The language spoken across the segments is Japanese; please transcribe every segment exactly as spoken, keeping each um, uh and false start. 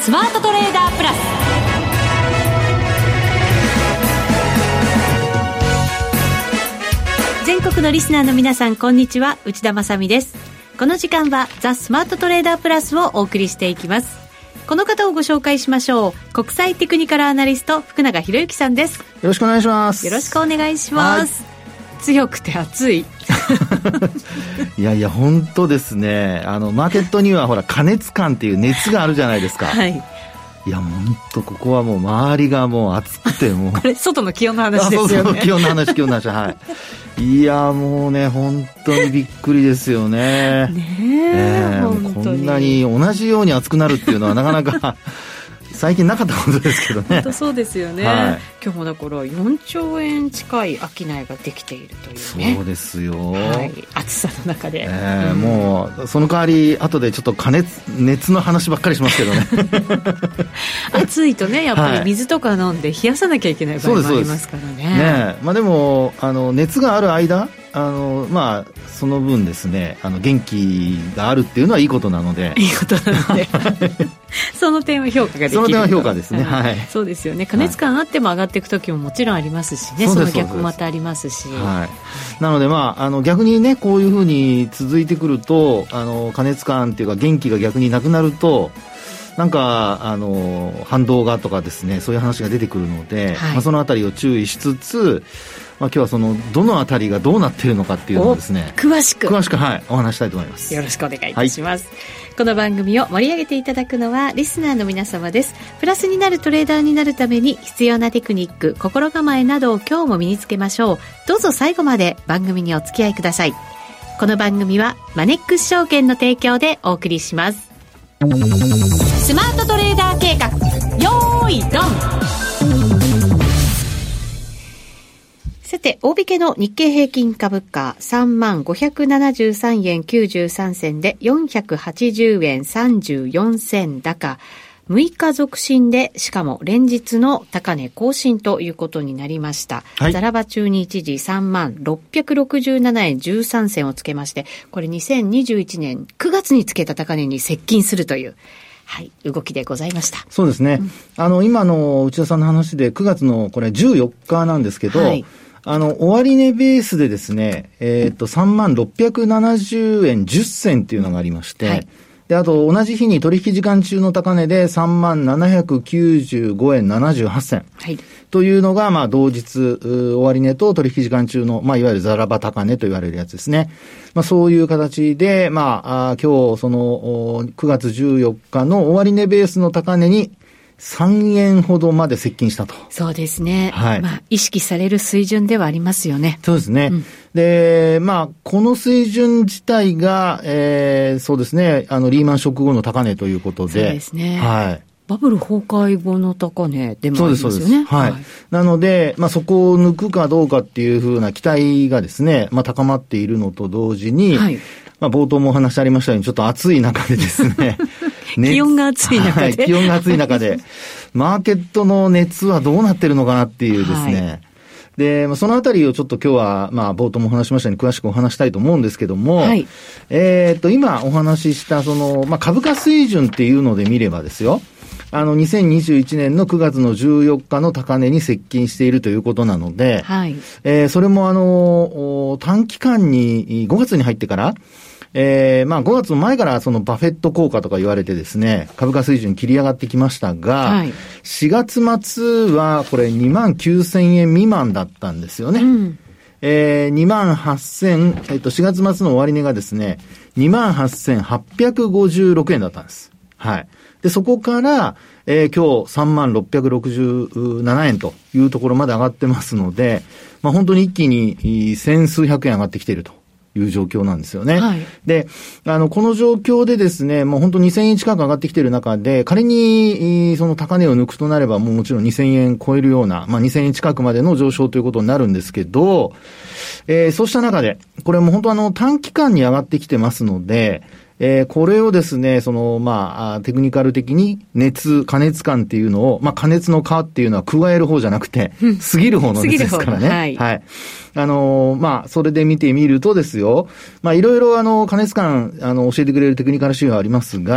スマートトレーダープラス。全国のリスナーの皆さん、こんにちは、内田まさみです。この時間はザ・スマートトレーダープラスをお送りしていきます。この方をご紹介しましょう。国際テクニカルアナリスト福永博之さんです。よろしくお願いします。 よろしくお願いします。強くて熱いいやいや本当ですね。あのマーケットにはほら過熱感っていう熱があるじゃないですか。はい。いや本当ここはもう周りがもう暑くてもうこれ外の気温の話ですよね。 そうそう気温の話気温の話はいいやもうね本当にびっくりですよね。 ねえ、 ー、こんなに同じように暑くなるっていうのはなかなか最近なかったことですけどね。 本当そうですよね、はい、今日もだからよんちょうえん近い商いができているというね。 そうですよ、 はい、暑さの中で、 えーうん、もうその代わり後でちょっと加熱熱の話ばっかりしますけどね暑いとねやっぱり水とか飲んで冷やさなきゃいけない場合もありますからね。 ね、まあ、でもあの熱がある間あのまあその分ですねあの元気があるっていうのはいいことなのでいいことなのでその点は評価ができる。 その点は評価ですね、はい、 そうですよね。加熱感あっても上がっていく時ももちろんありますしね、はい、その逆もまたありますし、 はい、なので、まあ、あの逆にねこういうふうに続いてくるとあの加熱感っていうか元気が逆になくなるとなんかあの反動がとかですねそういう話が出てくるので、はい、まあ、そのあたりを注意しつつ、まあ、今日はそのどのあたりがどうなっているのかっていうのをですね詳しく詳しく、はい、お話したいと思います。 よろしくお願いいたします、はい、この番組を盛り上げていただくのはリスナーの皆様です。プラスになるトレーダーになるために必要なテクニック心構えなどを今日も身につけましょう。どうぞ最後まで番組にお付き合いください。この番組はマネックス証券の提供でお送りします。スマートトレーダー計画よーいドン。さて大引けの日経平均株価 さんまんごひゃくななじゅうさんえんきゅうじゅうさんせんでよんひゃくはちじゅうえんさんじゅうよんせん高、むいか続伸でしかも連日の高値更新ということになりました、はい、ザラバ中に一時さんまんろっぴゃくろくじゅうななえんじゅうさんせんをつけまして、これにせんにじゅういちねんくがつにつけた高値に接近するという、はい、動きでございました。 そうですね、うん、あの今の内田さんの話でくがつのこれじゅうよっかなんですけど、はい、あの終値ベースでですね、えー、とさんまんろっぴゃくななじゅうえんじゅっせんっていうのがありまして、はい、であと同じ日に取引時間中の高値でさんまんななひゃくきゅうじゅうごえんななじゅうはっせん、はい、というのがまあ同日終値と取引時間中の、まあ、いわゆるザラバ高値と言われるやつですね。まあ、そういう形で、まあ、あ今日そのくがつじゅうよっかの終値ベースの高値にさんえんほどまで接近したと。 そうですね、はい、まあ、意識される水準ではありますよね。 そうですね、うん、でまあこの水準自体が、えー、そうですねあのリーマンショック後の高値ということで、 そうですね、 はい、 バブル崩壊後の高値でもありますよね。そうですそうです、 はいはい、なので、まあ、そこを抜くかどうかっていうふうな期待がですね、まあ、高まっているのと同時に、はい、まあ、冒頭もお話ありましたようにちょっと暑い中でですね気温が暑い中で、はい、 気温が暑い中でマーケットの熱はどうなってるのかなっていうですね、はい、で、まあ、そのあたりをちょっと今日は、まあ、冒頭もお話しましたように詳しくお話したいと思うんですけども、はい、えっと、今お話ししたその、まあ、株価水準っていうので見ればですよ、あの、にせんにじゅういちねんのくがつのじゅうよっかの高値に接近しているということなので、はい、えー、それもあの、短期間に、ごがつに入ってから、えー、まあごがつの前からそのバフェット効果とか言われてですね、株価水準切り上がってきましたが、はい、しがつ末はこれにまんきゅうせんえん未満だったんですよね。うん、えー、にまんはっせん、えっと、しがつ末の終値がですね、にまんはっせんはっぴゃくごじゅうろくえんだったんです。はい。で、そこから、えー、今日さんまんろっぴゃくろくじゅうななえんというところまで上がってますので、まあ本当に一気に千数百円上がってきているという状況なんですよね。はい、で、あの、この状況でですね、もう本当にせんえん近く上がってきている中で、仮に、その高値を抜くとなれば、もうもちろんにせんえん超えるような、まあにせんえん近くまでの上昇ということになるんですけど、えー、そうした中で、これも本当あの、短期間に上がってきてますので、えー、これをですね、その、まあ、テクニカル的に熱、加熱感っていうのを、まあ、加熱の加っていうのは加える方じゃなくて、過ぎる方の熱ですからね。はい。はい。あのー、まあ、それで見てみるとですよ、まあ、いろいろあの、加熱感、あの、教えてくれるテクニカル指標ありますが、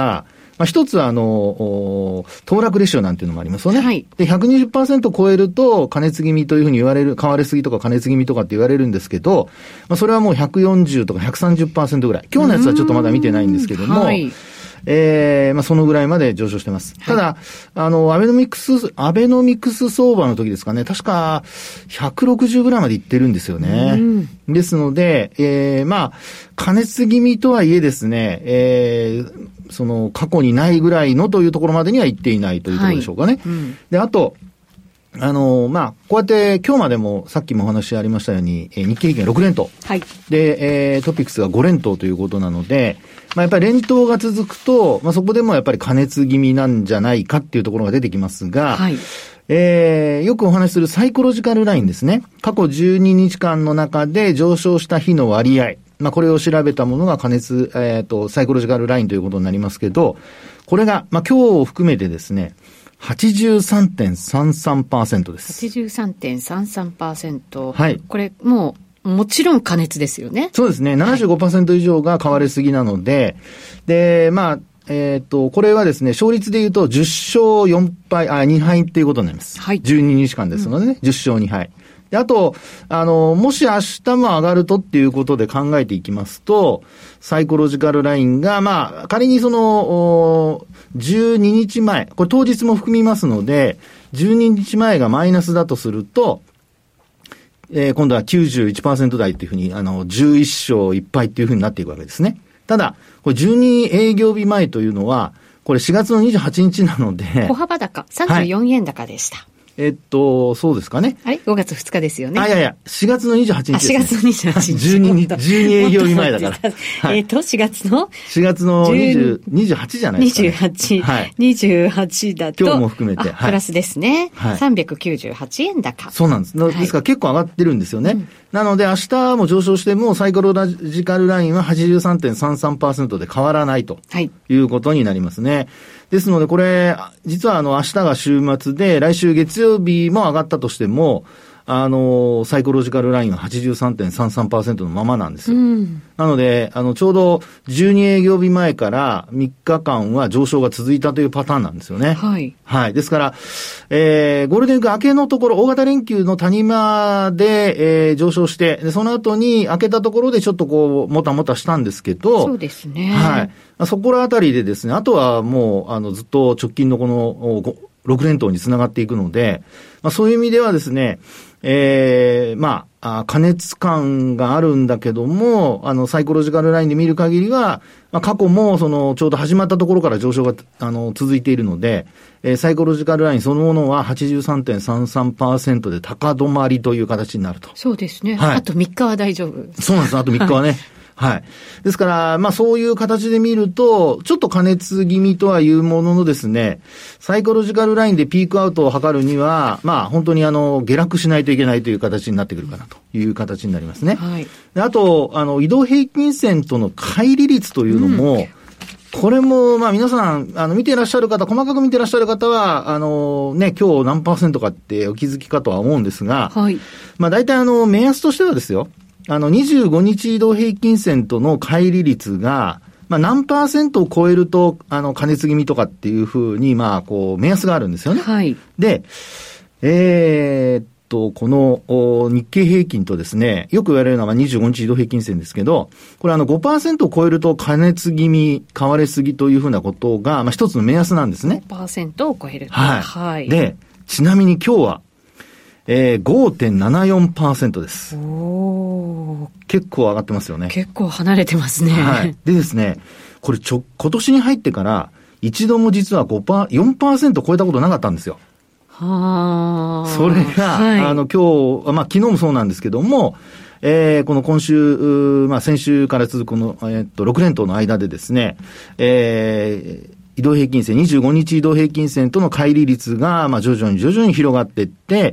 まあ、一つはあの、騰落レシオなんていうのもありますよね。 はい。 で、ひゃくにじゅっパーセント 超えると、加熱気味というふうに言われる、買われすぎとか加熱気味とかって言われるんですけど、まあ、それはもうひゃくよんじゅうとか ひゃくさんじゅっパーセント ぐらい。今日のやつはちょっとまだ見てないんですけども、はい。えー、まあ、そのぐらいまで上昇してます。ただ、はい、あの、アベノミクス、アベノミクス相場の時ですかね、確かひゃくろくじゅうぐらいまでいってるんですよね。ですので、えー、まあ、加熱気味とはいえですね、えー、その、過去にないぐらいのというところまでには行っていないというところでしょうかね。はい、うん、で、あと、あの、まあ、こうやって今日までもさっきもお話ありましたように、えー、日経平均ろく連投。はい。で、えー、トピックスがご連投ということなので、まあ、やっぱり連投が続くと、まあ、そこでもやっぱり加熱気味なんじゃないかっていうところが出てきますが、はい。えー、よくお話しするサイコロジカルラインですね。過去じゅうににちかんの中で上昇した日の割合。まあ、これを調べたものが加熱、えっと、サイコロジカルラインということになりますけど、これが、まあ、今日を含めてですね、はちじゅうさんてんさんさんパーセント です。 はちじゅうさんてんさんさんパーセント。はい。これ、もう、もちろん加熱ですよね。 そうですね。ななじゅうごパーセント 以上が買われすぎなので、はい、で、まあ、えっと、これはですね、勝率で言うとじゅっしょうよんぱい、あ、にはいっていうことになります。はい。じゅうににちかんですのでね、うん、じゅっしょうにはい。で、あと、あの、もし明日も上がるとっていうことで考えていきますと、サイコロジカルラインが、まあ、仮にその、じゅうににちまえ、これ当日も含みますので、じゅうににちまえがマイナスだとすると、えー、今度は きゅうじゅういちパーセント 台っていうふうに、あの、じゅういっしょういっぱいっていうふうになっていくわけですね。ただ、これじゅうに営業日前というのは、これしがつのにじゅうはちにちなので。 小幅高、さんじゅうよんえん高でした。はい、 えっと、そうですかね。 あれ ?ご 月ふつかですよね。 あ、いやいや、しがつのにじゅうはちにちですね。 あ、しがつのにじゅうはちにち。 じゅうに、じゅうに営業日前だから。 はい、えっと、しがつの ? しがつのにじゅう、にじゅうはちじゃないですか、ね。 にじゅうはち。はい。にじゅうはちだと。 今日も含めて。 はい、プラスですね。はい。さんびゃくきゅうじゅうはちえん高。 そうなんです。ですから結構上がってるんですよね。うん、なので明日も上昇してもサイコロジカルラインは はちじゅうさんてんさんさんパーセント で変わらないということになりますね。はい、ですのでこれ、実はあの明日が週末で来週月曜日も上がったとしても、あの、サイコロジカルラインは はちじゅうさんてんさんさんパーセント のままなんですよ。うん、なので、あの、ちょうどじゅうに営業日前からみっかかんは上昇が続いたというパターンなんですよね。はい。はい。ですから、えー、ゴールデンウィーク明けのところ、大型連休の谷間で、えー、上昇して、で、その後に明けたところでちょっとこう、もたもたしたんですけど、 そうですね。 はい。そこらあたりでですね、あとはもう、あの、ずっと直近のこの、ろく連投につながっていくので、まあ、そういう意味ではですね、ええー、まあ、加熱感があるんだけども、あの、サイコロジカルラインで見る限りは、まあ、過去も、その、ちょうど始まったところから上昇が、あの、続いているので、えー、サイコロジカルラインそのものは はちじゅうさんてんさんさんパーセント で高止まりという形になると。 そうですね。はい。あとみっかは大丈夫。 そうなんです。あとみっかはね。はいはい。ですから、まあそういう形で見ると、ちょっと加熱気味とはいうもののですね、サイコロジカルラインでピークアウトを図るには、まあ本当にあの、下落しないといけないという形になってくるかなという形になりますね。はい。であと、あの、移動平均線との乖離率というのも、うんこれも、まあ皆さん、あの、見ていらっしゃる方、細かく見ていらっしゃる方は、あの、ね、今日何パーセントかってお気づきかとは思うんですが、はい。まあ大体あの、目安としてはですよ、あの、にじゅうごにち移動平均線との乖離率が、まあ何パーセントを超えると、あの、加熱気味とかっていうふうに、まあ、こう、目安があるんですよね。はい。で、えー、っと、この日経平均とですね、よく言われるのはにじゅうごにち移動平均線ですけど、これあの ごパーセント を超えると加熱気味、買われすぎというふうなことが、まあ一つの目安なんですね。 ごパーセント を超える。 はい。はい。で、ちなみに今日は、えー、ごてんななよんパーセント です。おー。結構上がってますよね。 結構離れてますね。 はい。でですね、これちょ、今年に入ってから一度も実はごパーセント、よんパーセント 超えたことなかったんですよ。はあ。それが、はい、あの、今日、まあ、昨日もそうなんですけども、えー、この今週、まあ、先週から続くこの、えー、っと、ろく連投の間でですね、えー、移動平均線、にじゅうごにち移動平均線との乖離率が、まあ、徐々に徐々に広がっていって、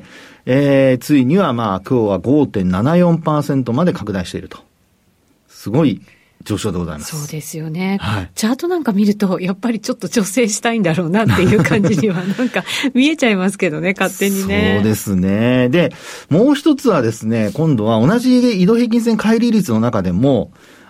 えー、ついには、まあ、今日は ごてんななよんパーセント まで拡大していると。すごい上昇でございます。 そうですよね。はい。チャートなんか見ると、やっぱりちょっと調整したいんだろうなっていう感じには、なんか見えちゃいますけどね、勝手にね。 そうですね。で、もう一つはですね、今度は同じ移動平均線乖離率の中でも、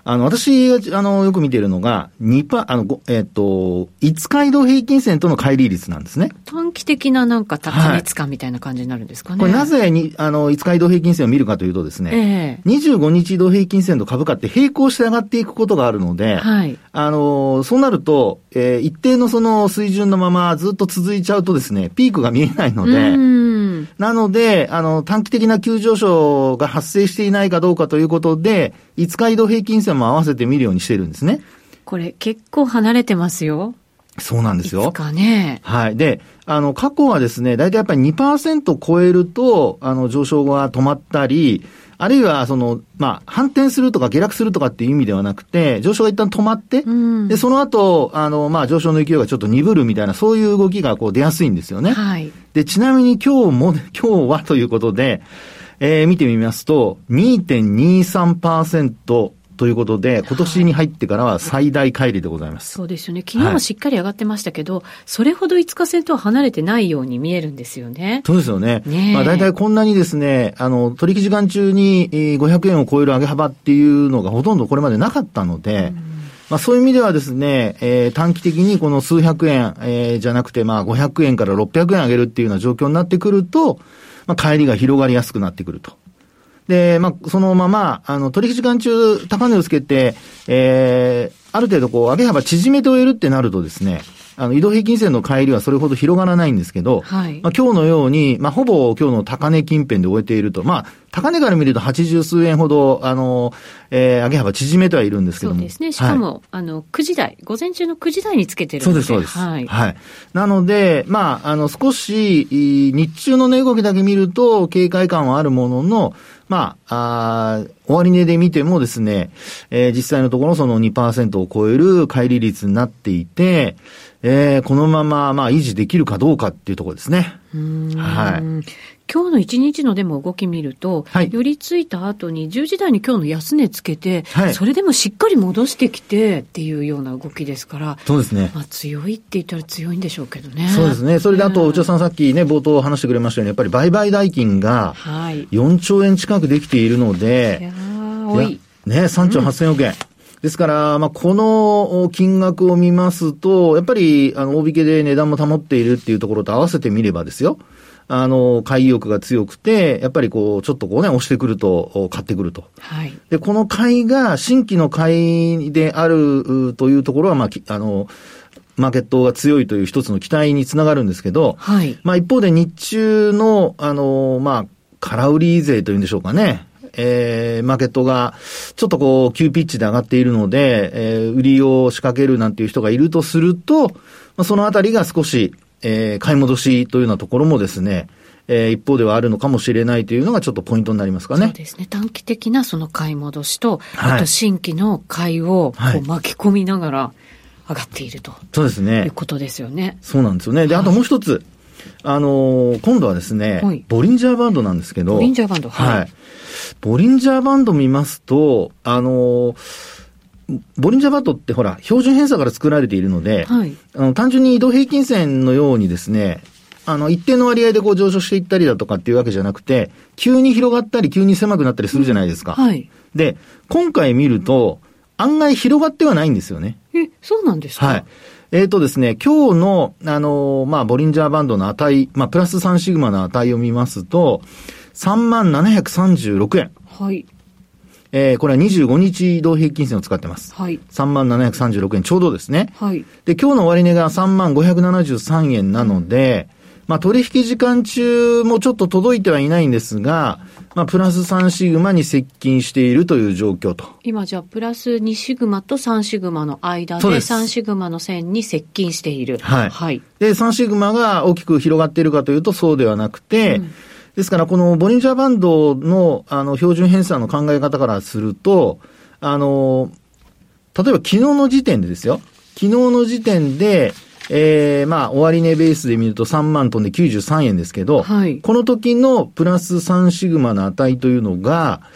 あの、私が、あの、よく見ているのが、にパ、あの、えっと、いつか移動平均線との乖離率なんですね。 短期的ななんか高値感みたいな感じになるんですかね。 はい、これなぜに、あの、いつか移動平均線を見るかというとですね、えー、にじゅうごにち移動平均線と株価って並行して上がっていくことがあるので、はい、あの、そうなると、えー、一定のその水準のままずっと続いちゃうとですね、ピークが見えないので、なので、あの、短期的な急上昇が発生していないかどうかということで、いつか移動平均線も合わせて見るようにしてるんですね。 これ結構離れてますよ。 そうなんですよ。 いつかね。 はい。で、あの、過去はですね、だいたいやっぱり にパーセント 超えると、あの、上昇が止まったり、あるいは、その、まあ、反転するとか下落するとかっていう意味ではなくて、上昇が一旦止まって、うん、で、その後、あの、まあ、上昇の勢いがちょっと鈍るみたいな、そういう動きがこう出やすいんですよね。はい。で、ちなみに今日も、今日はということで、えー、見てみますと、にてんにさんパーセント、ということで、今年に入ってからは最大乖離でございます。 そうですよね。昨日もしっかり上がってましたけど、はい、それほどいつか線とは離れてないように見えるんですよね。 そうですよね。ねまあ、大体こんなにですね、あの、取引時間中にごひゃくえんを超える上げ幅っていうのがほとんどこれまでなかったので、うんまあ、そういう意味ではですね、えー、短期的にこの数百円、えー、じゃなくて、まあ、ごひゃくえんからろっぴゃくえん上げるっていうような状況になってくると、まあ、乖離が広がりやすくなってくると。で、まあ、そのまま、あの、取引時間中、高値をつけて、えー、ある程度こう、上げ幅縮めて終えるってなるとですね、あの、移動平均線の乖離はそれほど広がらないんですけど、はい。まあ、今日のように、まあ、ほぼ今日の高値近辺で終えていると、まあ、高値から見るとはちじゅうすうえんほど、あの、えー、上げ幅縮めてはいるんですけども。 そうですね。しかも、はい、あの、くじ台、午前中のくじ台につけてるので。 そうです、そうです。はい。はい。なので、まあ、あの、少し、日中の値動きだけ見ると、警戒感はあるものの、まあ、あ終値で見てもですね、えー、実際のところその にパーセント を超える乖離率になっていて、えー、このまま、まあ、維持できるかどうかっていうところですね。 うーんはい。今日の一日のでも動き見ると、はい、寄りついた後にじゅうじ台に今日の安値つけて、はい、それでもしっかり戻してきてっていうような動きですから、 そうですね。 まあ、強いって言ったら強いんでしょうけどね。 そうですね。それであと、内田さんさっきね、冒頭話してくれましたように、やっぱり売買代金がよんちょうえん近くできているので、 いやー、多い。 ね、さんちょうはっせんおくえん。うんですから、まあ、この金額を見ますと、やっぱり、あの、大引けで値段も保っているっていうところと合わせてみればですよ。あの、買い意欲が強くて、やっぱりこう、ちょっとこうね、押してくると、買ってくると。はい。で、この買いが、新規の買いであるというところは、まあ、あの、マーケットが強いという一つの期待につながるんですけど、はい。まあ、一方で日中の、あの、まあ、空売り勢というんでしょうかね。えー、マーケットがちょっとこう急ピッチで上がっているので、えー、売りを仕掛けるなんていう人がいるとすると、まあ、そのあたりが少し、えー、買い戻しというようなところもですね、えー、一方ではあるのかもしれないというのがちょっとポイントになりますかね。 そうですね。短期的なその買い戻しと、はい、あと新規の買いをこう巻き込みながら上がっていると、はい、そうですね。いうことですよね。 そうなんですよね。で、あともう一つ、あのー、今度はですね、はい、ボリンジャーバンドなんですけど、 ボリンジャーバンド、はい。はいボリンジャーバンド見ますと、あの、ボリンジャーバンドってほら、標準偏差から作られているので、はい、あの単純に移動平均線のようにですね、あの、一定の割合でこう上昇していったりだとかっていうわけじゃなくて、急に広がったり急に狭くなったりするじゃないですか。うんはい、で、今回見ると、案外広がってはないんですよね。 え、そうなんですか？ はい。えーとですね、今日の、あの、まあ、ボリンジャーバンドの値、まあ、プラスさんシグマの値を見ますと、さんまんななひゃくさんじゅうろくえん。はい。えー、これはにじゅうごにち移動平均線を使ってます。はい。さんまんななひゃくさんじゅうろくえんちょうどですね。はい。で、今日の終値がさんまんごひゃくななじゅうさんえんなので、まあ、取引時間中もちょっと届いてはいないんですが、まあ、プラスさんシグマに接近しているという状況と。 今じゃあ、プラスにシグマとさんシグマの間で、さんシグマの線に接近している。 はい。はい。で、さんシグマが大きく広がっているかというと、そうではなくて、うん、ですから、このボリンジャーバンドの、あの、標準偏差の考え方からすると、あの、例えば昨日の時点でですよ。昨日の時点で、えー、まあ、終値ベースで見るとさんまん飛んできゅうじゅうさんえんですけど、はい、この時のプラスさんシグマの値というのが、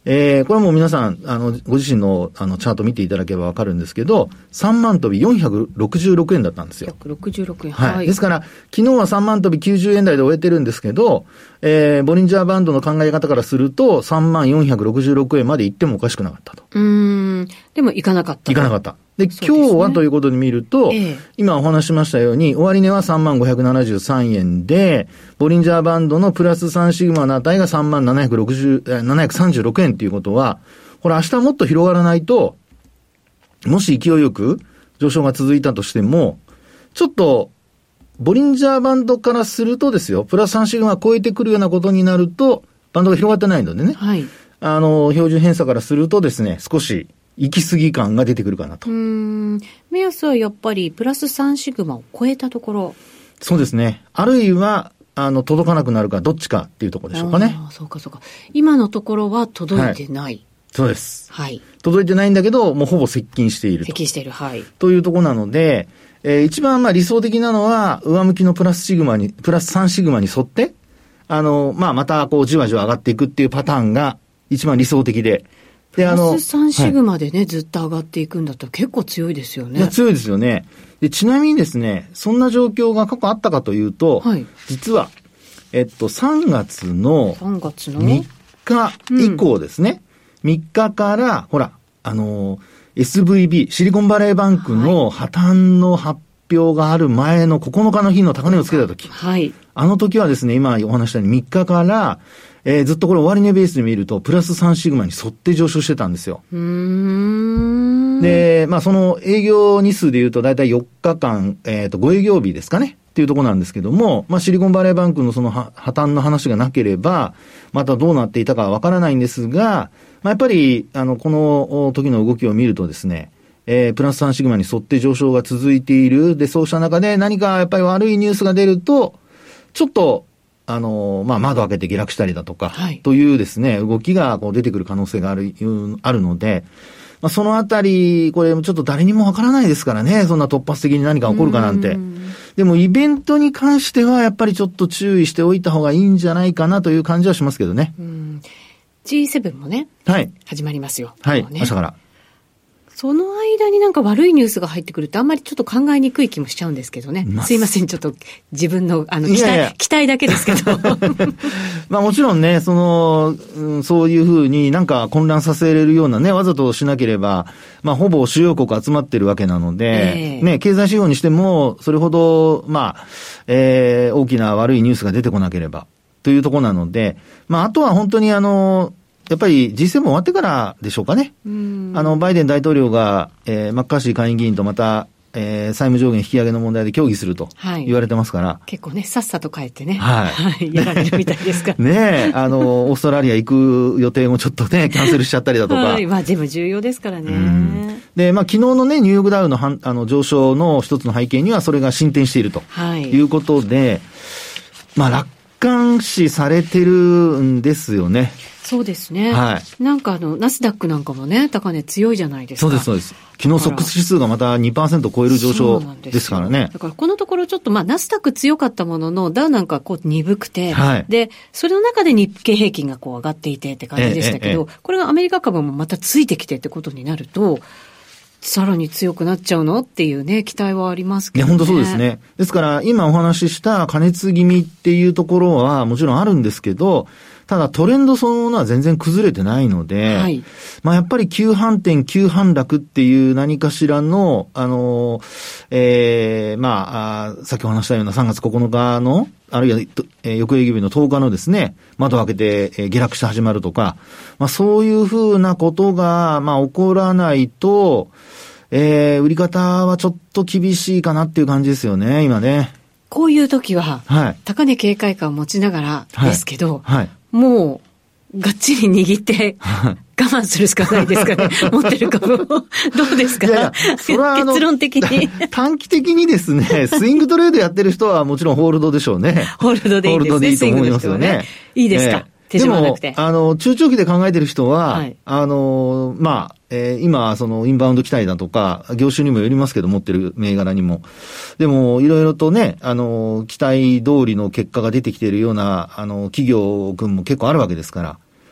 えー、これはもう皆さん、あの、ご自身の、あの、チャート見ていただければわかるんですけど、さんまん飛びよんひゃくろくじゅうろくえんだったんですよ。 よんひゃくろくじゅうろくえん。 はい。 はい。 ですから、昨日はさんまん飛びきゅうじゅうえん台で終えてるんですけど、えー、ボリンジャーバンドの考え方からすると、さんまんよんひゃくろくじゅうろくえんまで行ってもおかしくなかったと。 うーん。でも行かなかった。 行かなかった。で、 でね、 今日はということで見ると、ええ、今お話しましたように、終値はさんまんごひゃくななじゅうさんえんで、ボリンジャーバンドのプラスさんシグマの値がさんまんななひゃくろくじゅう、ななひゃくさんじゅうろくえんということは、これ明日もっと広がらないと、もし勢いよく上昇が続いたとしても、ちょっと、ボリンジャーバンドからするとですよ、プラスさんシグマ超えてくるようなことになると、バンドが広がってないのでね、 はい、 あの、標準偏差からするとですね、少し、行き過ぎ感が出てくるかなと。 うーん。目安はやっぱりプラスさんシグマを超えたところ。 そうですね。あるいは、あの、届かなくなるかどっちかっていうところでしょうかね。 ああ、そうかそうか。今のところは届いてない。はい、 そうです。 はい。 届いてないんだけど、もうほぼ接近していると。 接近している、はい。 というところなので、えー、一番まあ理想的なのは、上向きのプラスシグマに、プラスさんシグマに沿って、あの、まあまたこうじわじわ上がっていくっていうパターンが一番理想的で、 で、あの、プラスさんシグマでね、はい、ずっと上がっていくんだったら結構強いですよね。 いや、強いですよね。で、ちなみにですね、そんな状況が過去あったかというと、はい、実は、えっと、さんがつのみっか以降ですね、うん、みっかから、ほら、あの、エスブイビー、シリコンバレーバンクの破綻の発表がある前のここのかの日の高値をつけたとき、 はい、 あの時はですね、今お話したようにみっかから、えー、ずっとこれ終値ベースで見ると、プラスさんシグマに沿って上昇してたんですよ。 うーん。 で、まあその営業日数で言うとだいたいよっかかん、えっと、ご営業日ですかねっていうところなんですけども、まあシリコンバレーバンクのその破綻の話がなければ、またどうなっていたかはわからないんですが、まあやっぱり、あの、この時の動きを見るとですね、えー、プラスさんシグマに沿って上昇が続いている。で、そうした中で何かやっぱり悪いニュースが出ると、ちょっと、あの、まあ、窓開けて下落したりだとか、はい、というですね、動きがこう出てくる可能性がある、あるので、まあ、そのあたり、これちょっと誰にもわからないですからね、そんな突発的に何か起こるかなんて。んでも、イベントに関しては、やっぱりちょっと注意しておいた方がいいんじゃないかなという感じはしますけどね。 うん ジーセブン もね、はい、始まりますよ。 はい、ね、明日から。 その間になんか悪いニュースが入ってくるとあんまりちょっと考えにくい気もしちゃうんですけどね。まあ、すいません、ちょっと自分のあの期待、いやいや期待だけですけど。 まあもちろんね、その、うん、そういうふうになんか混乱させれるようなね、わざとしなければ、まあほぼ主要国集まってるわけなので、えー、ね、経済指標にしても、それほど、まあ、えー、大きな悪いニュースが出てこなければ、というところなので、まああとは本当にあの、やっぱり ジーセブン 終わってからでしょうかね。うんあの、バイデン大統領が、えー、マッカーシー下院議員とまた、えー、債務上限引き上げの問題で協議すると言われてますから。はい、 結構ね、さっさと帰ってね。 はい。 はい。やられるみたいですから。 ねえ、あの、オーストラリア行く予定もちょっとね、キャンセルしちゃったりだとか。はい。 まあ、全部重要ですからね。 で、まあ、昨日のね、ニューヨークダウのはんあの上昇の一つの背景には、それが進展していると。はい。いうことで、まあ、楽観視されてるんですよね。 そうですね。はい。なんかあの、ナスダックなんかもね、高値強いじゃないですか。 そうです、そうです。昨日ソックス指数がまた にパーセント 超える上昇ですからね。 だからこのところちょっとまあ、ナスダック強かったものの、ダウなんかこう鈍くて、はい。で、それの中で日経平均がこう上がっていてって感じでしたけど、ええええ、これがアメリカ株もまたついてきてってことになると、さらに強くなっちゃうのっていうね、期待はありますけどね。 いや、本当そうですね。ですから、今お話しした加熱気味っていうところはもちろんあるんですけど、ただトレンドそのものは全然崩れてないので、はい、まあやっぱり急反転、急反落っていう何かしらの、あの、ええー、まあ、あさっきお話したようなさんがつここのかの、あるいは、えー、翌営業日のとおかのですね、窓を開けて、えー、下落して始まるとか、まあそういうふうなことが、まあ起こらないと、えー、売り方はちょっと厳しいかなっていう感じですよね、今ね。 こういう時は、はい、高値警戒感を持ちながらですけど、 はいはい、 もう、がっちり握って、我慢するしかないですかね。持ってる株を。どうですか？いやいや、それはあの結論的に。 短期的にですね、スイングトレードやってる人はもちろんホールドでしょうね。 ホールドでいいですね。ホールドでいいと思いますよね。いいですか？えー手締まらなくて。 でも、あの、中長期で考えてる人は、はい、あの、まあ、えー、今、その、インバウンド期待だとか、業種にもよりますけど、持ってる銘柄にも。でも、いろいろとね、あの、期待通りの結果が出てきているような、あの、企業群も結構あるわけですから、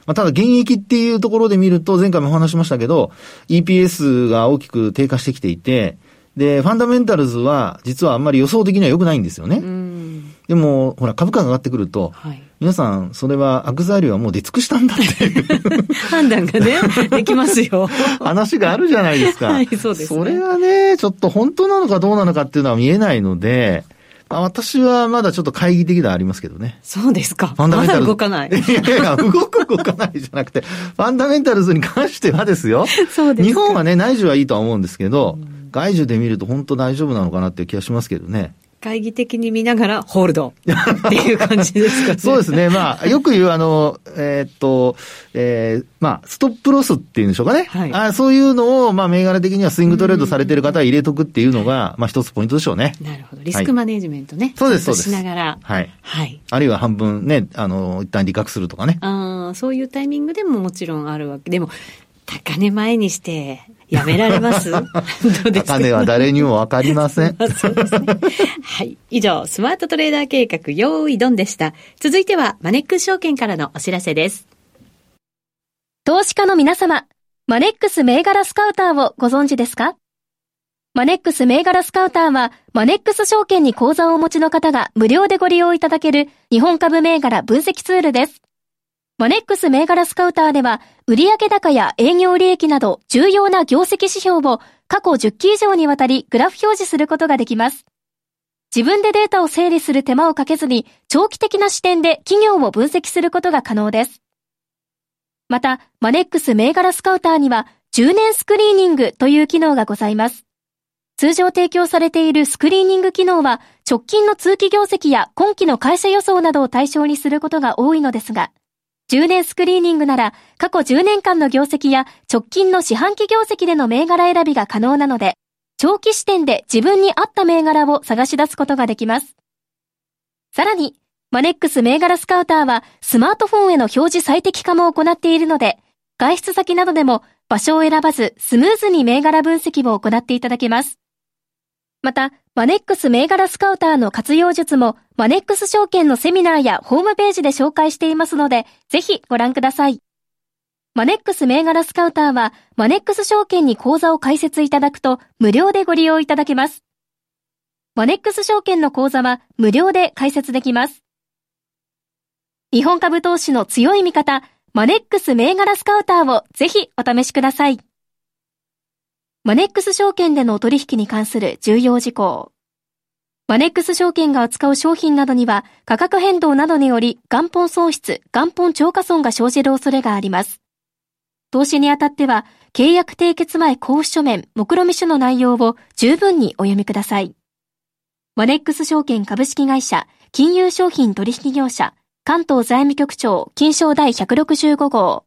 まあ、ただ現役っていうところで見ると、前回もお話しましたけど、イーピーエス が大きく低下してきていて、で、ファンダメンタルズは実はあんまり予想的には良くないんですよね。うんでも、ほら、株価が上がってくると、はい、皆さん、それは悪材料はもう出尽くしたんだっていう判断がね、できますよ。 話があるじゃないですか。 はい、そうですね。 それはね、ちょっと本当なのかどうなのかっていうのは見えないので、まあ、私はまだちょっと懐疑的ではありますけどね。 そうですか。 ファンダメンタルズ。 まだ動かない。 いやいや、動く動かないじゃなくて、ファンダメンタルズに関してはですよ。 そうですか。 日本はね、内需はいいとは思うんですけど、外需で見ると本当大丈夫なのかなっていう気がしますけどね。 懐疑的に見ながらホールドっていう感じですかね。 そうですね。まあ、よく言うあの、えー、っと、えー、まあ、ストップロスっていうんでしょうかね。はい、あそういうのを、まあ、銘柄的にはスイングトレードされている方は入れとくっていうのが、まあ、一つポイントでしょうね。 なるほど。リスクマネジメントね。はい、 そうです、そうです。 しながら。 はい。はい。あるいは半分ね、あの、一旦利確するとかね。 ああ、そういうタイミングでももちろんあるわけ。でも、高値前にして、やめられますどうですか？ 高値は誰にもわかりません。 そうですね。はい。以上、スマートトレーダー計画、用意ドンでした。続いては、マネックス証券からのお知らせです。 投資家の皆様、マネックス銘柄スカウターをご存知ですか？マネックス銘柄スカウターは、マネックス証券に口座をお持ちの方が無料でご利用いただける日本株銘柄分析ツールです。マネックス銘柄スカウターでは、売上高や営業利益など重要な業績指標を過去じゅっき以上にわたりグラフ表示することができます。自分でデータを整理する手間をかけずに、長期的な視点で企業を分析することが可能です。また、マネックス銘柄スカウターには、じゅうねんスクリーニングという機能がございます。通常提供されているスクリーニング機能は、直近の通期業績や今期の会社予想などを対象にすることが多いのですが、じゅうねんスクリーニングなら過去じゅうねんかんの業績や直近の四半期業績での銘柄選びが可能なので、長期視点で自分に合った銘柄を探し出すことができます。さらに、マネックス銘柄スカウターはスマートフォンへの表示最適化も行っているので、外出先などでも場所を選ばずスムーズに銘柄分析を行っていただけます。また、マネックス銘柄スカウターの活用術もマネックス証券のセミナーやホームページで紹介していますので、ぜひご覧ください。マネックス銘柄スカウターはマネックス証券に口座を開設いただくと無料でご利用いただけます。マネックス証券の口座は無料で開設できます。日本株投資の強い味方、マネックス銘柄スカウターをぜひお試しください。マネックス証券での取引に関する重要事項。マネックス証券が扱う商品などには価格変動などにより元本損失、元本超過損が生じる恐れがあります。投資にあたっては契約締結前交付書面、目論見書の内容を十分にお読みください。マネックス証券株式会社、金融商品取引業者、関東財務局長、金商第ひゃくろくじゅうご号。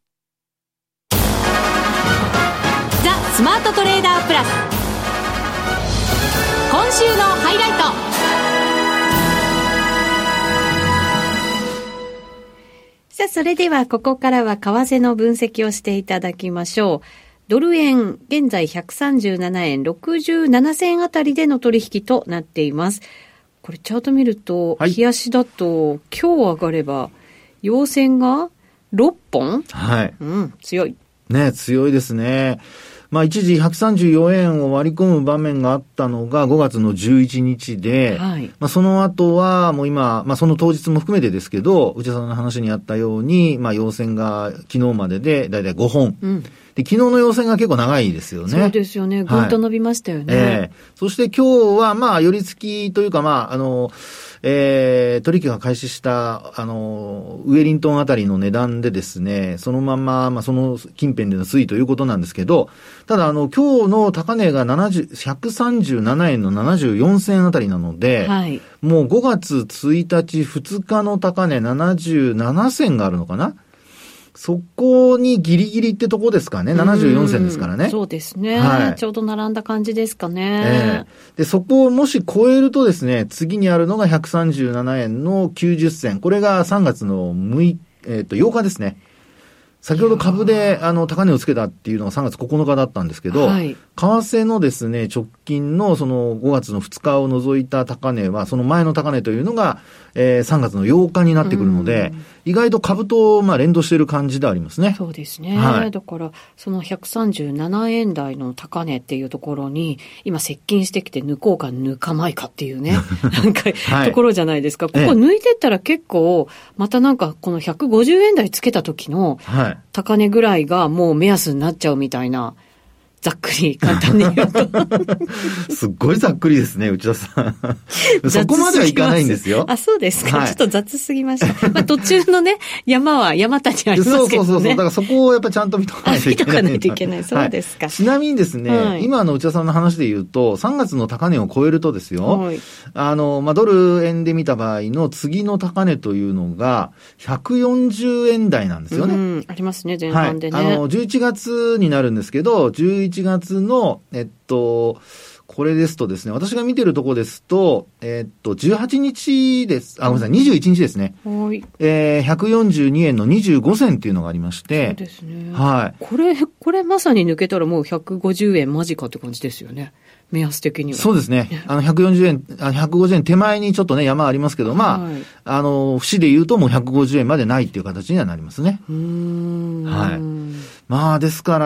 ザ・スマートトレーダープラス。今週のハイライト。さあ、それではここからは為替の分析をしていただきましょう。ドル円、現在ひゃくさんじゅうななえんろくじゅうなな銭あたりでの取引となっています。これチャート見ると、はい、日足だと今日上がれば陽線がろっぽん、 はい、 うん、強いね、強いですね。まあ一時ひゃくさんじゅうよえんを割り込む場面があったのがごがつのじゅういちにちで、はい、まあその後はもう今、まあその当日も含めてですけど、内田さんの話にあったように、まあ陽線が昨日まででだいたいごほん。うん、で昨日の陽線が結構長いですよね。 そうですよね。ぐんと伸びましたよね。 はい、えー、そして今日はまあ寄り付きというかまああの、えー、取引が開始した、あの、ウェリントンあたりの値段でですね、そのまま、まあ、その近辺での推移ということなんですけど、ただ、あの、今日の高値がななじゅう、ひゃくさんじゅうななえんのななじゅうよん銭あたりなので、はい、もうごがつついたち、ふつかの高値ななじゅうなな銭があるのかな？そこにギリギリってとこですかね。ななじゅうよん銭ですからね。 そうですね、はい。ちょうど並んだ感じですかね。 えー、で、そこをもし超えるとですね、次にあるのがひゃくさんじゅうななえんのきゅうじゅっ銭。これがさんがつのむいか、えっと、ようかですね。先ほど株であの高値をつけたっていうのがさんがつここのかだったんですけど、はい、為替のですね、直近のそのごがつのふつかを除いた高値は、その前の高値というのが、えー、さんがつのようかになってくるので、 意外と株とまあ連動している感じでありますね。 そうですね。 はい、 だから、そのひゃくさんじゅうななえん台の高値っていうところに、今接近してきて抜こうか抜かないかっていうね、なんか、はい、ところじゃないですか。ここ抜いてったら結構、またなんかこのひゃくごじゅうえん台つけた時の高値ぐらいがもう目安になっちゃうみたいな、ざっくり簡単に言うとすっごいざっくりですね、内田さんそこまではいかないんですよ。 あ、そうですか、はい、ちょっと雑すぎましたまあ途中のね山は山谷ありますけどね。そうそうそうそう、だからそこをやっぱりちゃんと見とかないといけない。 見とかないといけない。そうですか、 はい、ちなみにですね、はい、今の内田さんの話で言うとさんがつの高値を超えるとですよ、はい、あの、まあ、ドル円で見た場合の次の高値というのがひゃくよんじゅうえん台なんですよね。 うん、ありますね、前半でね、 はい、あのじゅういちがつになるんですけど、じゅういちがつのえっとこれですとですね、私が見てるとこですと、えっと、じゅうはちにちです。あ、ごめんなさい、にじゅういちにちですね。はい。えー、ひゃくよんじゅうにえんのにじゅうごせんっていうのがありまして。そうですね。はい。 これ、これまさに抜けたらもうひゃくごじゅうえん間近って感じですよね。目安的には。 そうですね。あの、ひゃくよんじゅうえん、ひゃくごじゅうえん手前にちょっとね、山ありますけど、まあ、はい、あの、節で言うともうひゃくごじゅうえんまでないっていう形にはなりますね。うーん。はい。まあ、ですから、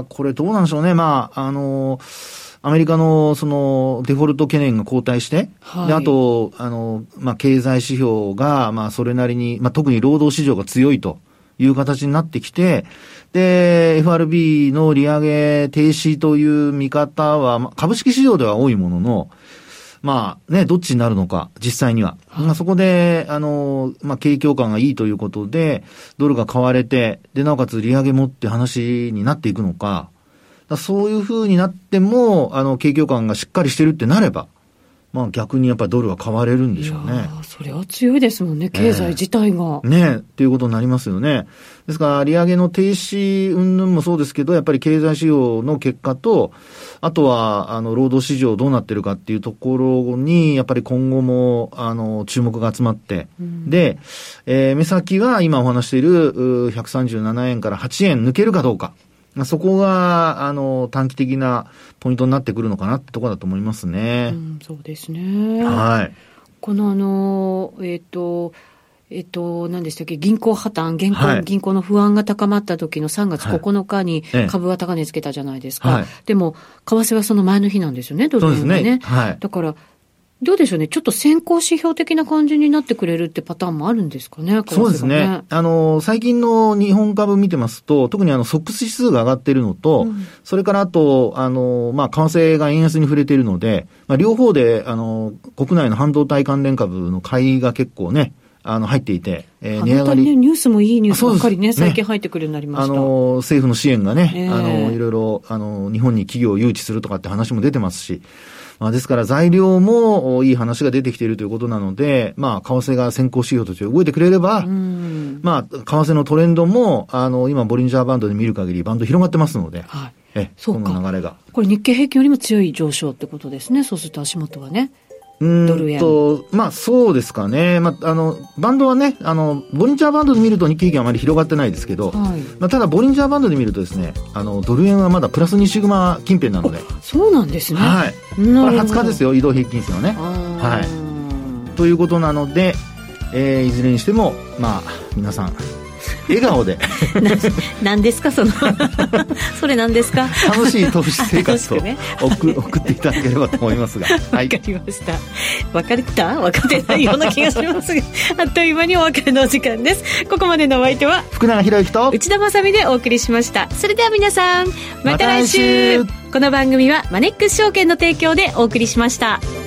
これどうなんでしょうね。まあ、あの、アメリカのそのデフォルト懸念が後退して、はい、であとあのまあ経済指標がまあそれなりにまあ特に労働市場が強いという形になってきて、で エフアールビー の利上げ停止という見方は株式市場では多いものの、まあねどっちになるのか実際には、はい、まあそこであのまあ景況感がいいということでドルが買われて、でなおかつ利上げもって話になっていくのか。そういう風になっても、あの、景況感がしっかりしてるってなれば、まあ逆にやっぱりドルは買われるんでしょうね。いやそれは強いですもんね、経済自体が。 えー、ねっていうことになりますよね。ですから、利上げの停止云々もそうですけど、やっぱり経済指標の結果と、あとは、あの、労働市場どうなってるかっていうところに、やっぱり今後も、あの、注目が集まって、うん、で、えー、目先は今お話している、ひゃくさんじゅうななえんからはちえん抜けるかどうか。そこが、あの、短期的なポイントになってくるのかなってところだと思いますね。 うん、そうですね。 はい。 このあの、えっ、ー、と、えっ、ー、と、何でしたっけ、銀行破綻、銀行、はい、銀行の不安が高まった時のさんがつここのかに株は高値つけたじゃないですか。はい、でも、為替はその前の日なんですよね、ドル円がね。そうですね。はい。だから、どうでしょうね。ちょっと先行指標的な感じになってくれるってパターンもあるんですかね。ね、 そうですね。あの、最近の日本株見てますと、特にあの、ソックス指数が上がっているのと、うん、それからあと、あの、まあ、為替が円安に触れているので、まあ、両方で、あの、国内の半導体関連株の買いが結構ね、あの、入っていて、 えー、値上がり。ね、ニュースもいいニュースばっかりね、最近入ってくるようになりました。 あの、政府の支援がね、えー、あの、いろいろ、あの、日本に企業を誘致するとかって話も出てますし、まあ、ですから材料もいい話が出てきているということなので、まあ、為替が先行指標として動いてくれれば、まあ、為替のトレンドも、あの、今、ボリンジャーバンドで見る限り、バンド広がってますので、はい、え、そうか。この流れが。 これ日経平均よりも強い上昇ってことですね。そうすると足元はね。 うんと、まあそうですかね。まああの、バンドはね、あの、ボリンジャーバンドで見ると日経平均はあまり広がってないですけど、はい、まあただボリンジャーバンドで見るとですね、あの、ドル円はまだプラスにシグマ近辺なので。 そうなんですね。 はい。これはつかですよ、移動平均線はね。はい。ということなので、えー、いずれにしても、まあ、皆さん、笑顔で何ですかそのそれ何ですか。 楽しい投資生活を送、ね、送っていただければと思いますが、 はい、分かりました。分かれた分かってないような気がしますがあっという間にお別れのお時間です。ここまでのお相手は福永博之と内田まさみでお送りしました。それでは皆さんまた来週、また来週。この番組はマネックス証券の提供でお送りしました。